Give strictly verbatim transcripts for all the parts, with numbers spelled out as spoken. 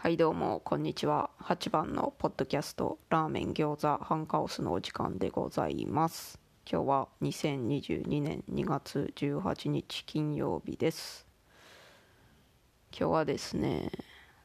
はいどうもこんにちは。はちばんのポッドキャストラーメン餃子ハンカオスのお時間でございます。今日はにせんにじゅうにねんにがつじゅうはちにち金曜日です。今日はですね、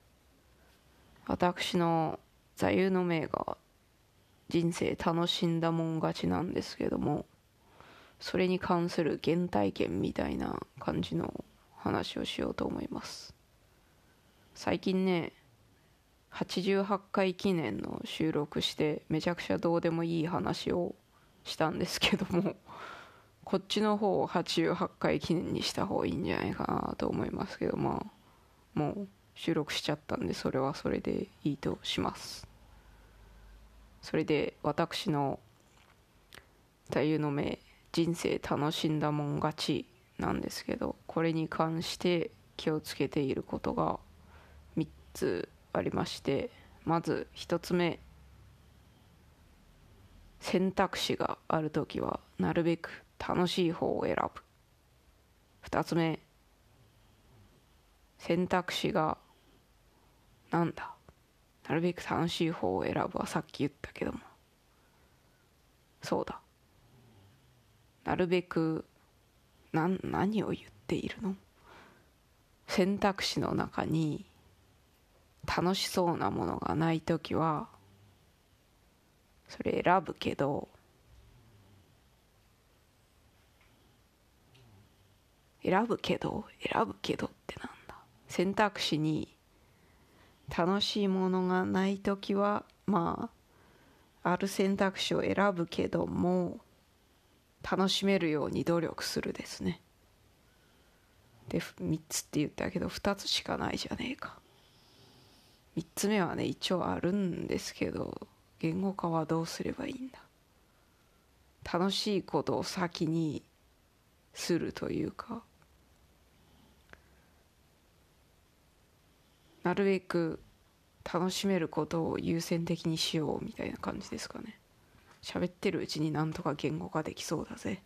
私の座右の銘が人生楽しんだもん勝ちなんですけども、それに関する原体験みたいな感じの話をしようと思います。最近ね、はちじゅうはちかい記念の収録してめちゃくちゃどうでもいい話をしたんですけども、こっちの方をはちじゅうはちかい記念にした方がいいんじゃないかなと思いますけど、まあもう収録しちゃったんでそれはそれでいいとします。それで私の座右の銘人生楽しんだもん勝ちなんですけど、これに関して気をつけていることがみっつありまして、まずひとつめ、選択肢があるときはなるべく楽しい方を選ぶ。ふたつめ、選択肢がなんだなるべく楽しい方を選ぶはさっき言ったけども、そうだなるべくな何を言っているの。選択肢の中に楽しそうなものがないときはそれ選ぶけど、選ぶけど選ぶけどってなんだ。選択肢に楽しいものがないときはまあある選択肢を選ぶけども楽しめるように努力するですね。でみっつって言ったけどふたつしかないじゃねえか。みっつめはね一応あるんですけど、言語化はどうすればいいんだ。楽しいことを先にするというか、なるべく楽しめることを優先的にしようみたいな感じですかね。喋ってるうちになんとか言語化できそうだぜ。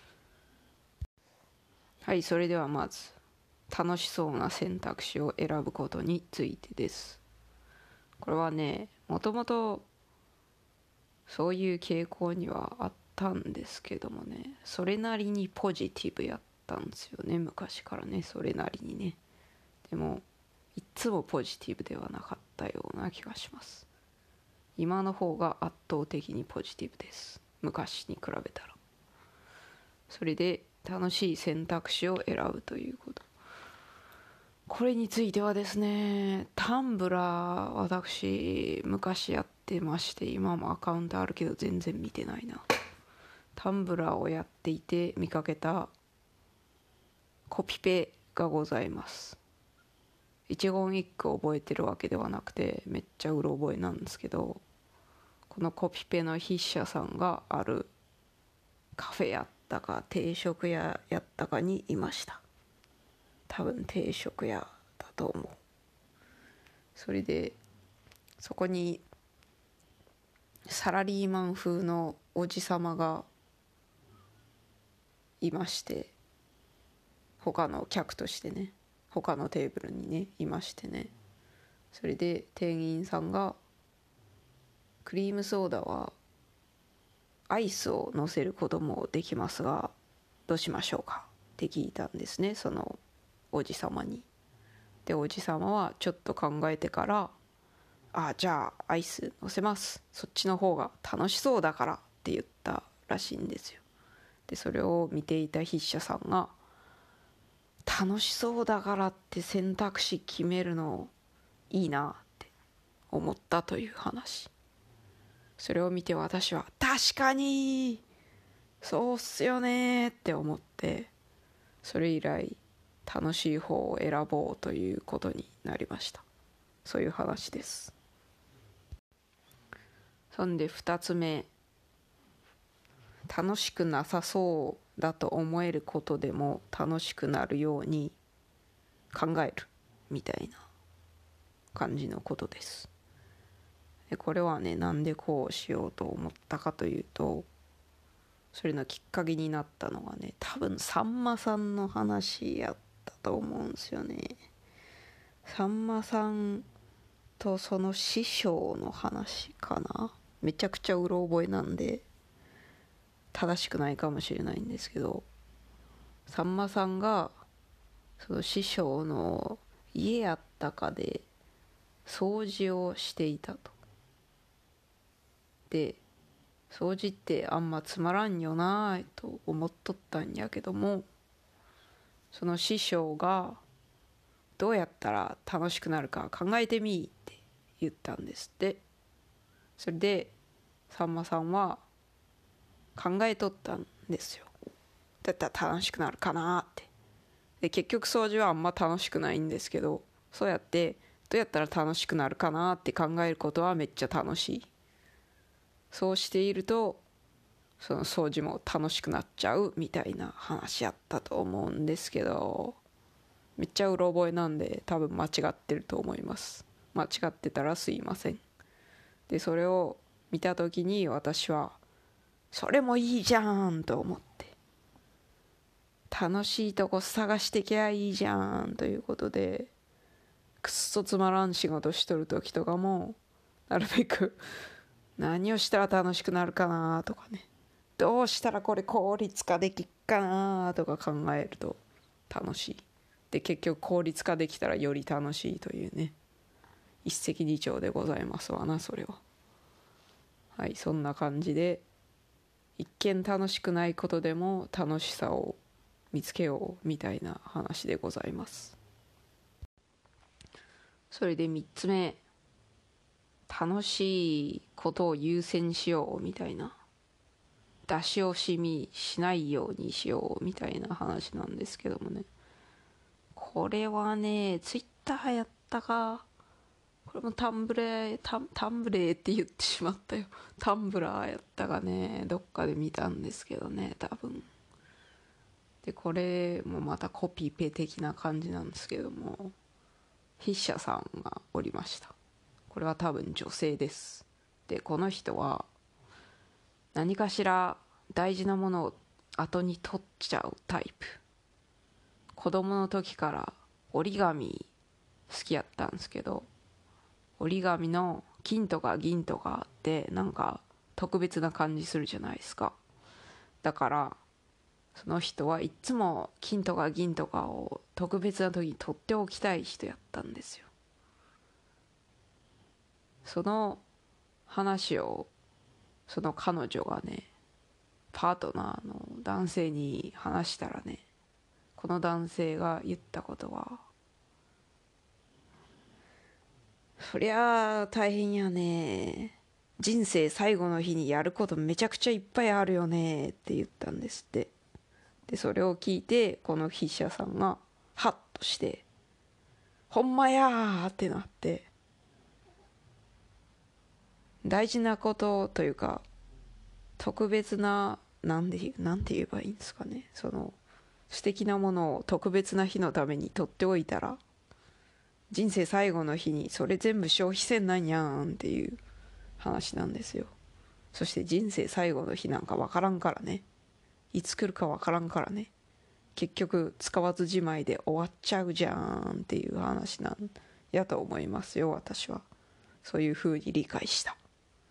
はい、それではまず楽しそうな選択肢を選ぶことについてです。これはね、もともとそういう傾向にはあったんですけどもね、それなりにポジティブやったんですよね、昔からね。それなりにね。でもいつもポジティブではなかったような気がします。今の方が圧倒的にポジティブです、昔に比べたら。それで楽しい選択肢を選ぶということ、これについてはですね、タンブラー私昔やってまして、今もアカウントあるけど全然見てないな。タンブラーをやっていて見かけたコピペがございます。一言一句覚えてるわけではなくてめっちゃうろ覚えなんですけど、このコピペの筆者さんがあるカフェやったか定食屋やったかにいました。多分定食屋だと思う。それでそこにサラリーマン風のおじさまがいまして、他の客としてね、他のテーブルにねいましてね、それで店員さんがクリームソーダはアイスを乗せることもできますがどうしましょうかって聞いたんですね、そのおじさまに。でおじさまはちょっと考えてから「あじゃあアイス乗せます、そっちの方が楽しそうだから」って言ったらしいんですよ。でそれを見ていた筆者さんが「楽しそうだからって選択肢決めるのいいな」って思ったという話。それを見て私は確かにそうっすよねって思って、それ以来楽しい方を選ぼうということになりました。そういう話です。そんでふたつめ、楽しくなさそうだと思えることでも楽しくなるように考えるみたいな感じのことです。でこれはね、なんでこうしようと思ったかというと、それのきっかけになったのがね、多分さんまさんの話やったと思うんですよね。さんまさんとその師匠の話かな。めちゃくちゃうろ覚えなんで正しくないかもしれないんですけど、さんまさんがその師匠の家やったかで掃除をしていたと。で掃除ってあんまつまらんよなと思っとったんやけども、その師匠がどうやったら楽しくなるか考えてみーって言ったんですって。それでさんまさんは考えとったんですよ。どうやったら楽しくなるかなって。で結局掃除はあんま楽しくないんですけど、そうやってどうやったら楽しくなるかなって考えることはめっちゃ楽しい。そうしているとその掃除も楽しくなっちゃうみたいな話やったと思うんですけど、めっちゃうろ覚えなんで多分間違ってると思います。間違ってたらすいません。でそれを見た時に私はそれもいいじゃんと思って、楽しいとこ探してきゃいいじゃんということで、くっそつまらん仕事しとる時とかもなるべく何をしたら楽しくなるかなとかね、どうしたらこれ効率化できっかなとか考えると楽しい。で結局効率化できたらより楽しいというね、一石二鳥でございますわな、それは。はい、そんな感じで一見楽しくないことでも楽しさを見つけようみたいな話でございます。それでみっつめ、楽しいことを優先しようみたいな、出し惜しみしないようにしようみたいな話なんですけどもね、これはねツイッターやったか、これもタンブレータンタンブレーって言ってしまったよ。タンブラーやったかね、どっかで見たんですけどね、多分。でこれもまたコピペ的な感じなんですけども、筆者さんがおりました。これは多分女性です。でこの人は何かしら大事なものを後に取っちゃうタイプ。子供の時から折り紙好きやったんですけど、折り紙の金とか銀とかってなんか特別な感じするじゃないですか。だからその人はいつも金とか銀とかを特別な時に取っておきたい人やったんですよ。その話をその彼女がね、パートナーの男性に話したらね、この男性が言ったことは、そりゃあ大変やね、人生最後の日にやることめちゃくちゃいっぱいあるよねって言ったんですって。でそれを聞いてこの筆者さんがハッとして、ほんまやーってなって、大事なことというか特別な、なんでなんて言えばいいんですかね、その素敵なものを特別な日のために取っておいたら人生最後の日にそれ全部消費せんなんやんっていう話なんですよ。そして人生最後の日なんかわからんからね、いつ来るかわからんからね、結局使わずじまいで終わっちゃうじゃんっていう話なんやと思いますよ、私は。そういう風に理解した。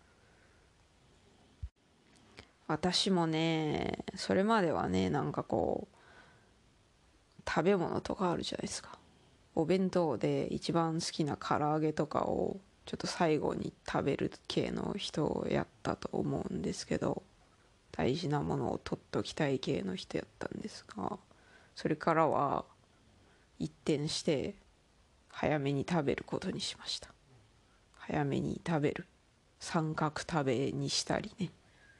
私もね、それまではね、なんかこう食べ物とかあるじゃないですか。お弁当で一番好きな唐揚げとかをちょっと最後に食べる系の人をやったと思うんですけど、大事なものを取っときたい系の人やったんですが、それからは一転して早めに食べることにしました。早めに食べる、三角食べにしたりね、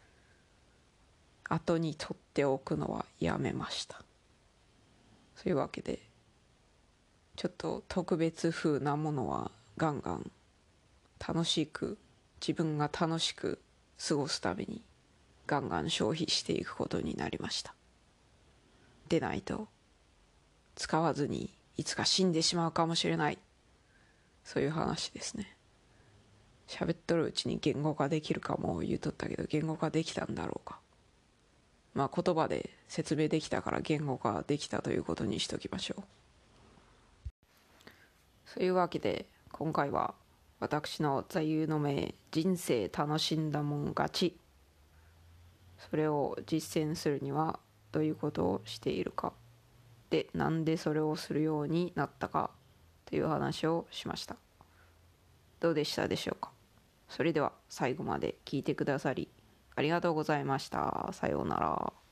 後に取っておくのはやめました。そういうわけでちょっと特別風なものはガンガン楽しく、自分が楽しく過ごすためにガンガン消費していくことになりました。でないと使わずにいつか死んでしまうかもしれない、そういう話ですね。喋っとるうちに言語化できるかも言うとったけど、言語化できたんだろうか。まあ言葉で説明できたから言語化できたということにしときましょう。そういうわけで今回は私の座右の銘、人生楽しんだもん勝ち。それを実践するにはどういうことをしているか。で、なんでそれをするようになったかという話をしました。どうでしたでしょうか。それでは最後まで聞いてくださりありがとうございました。さようなら。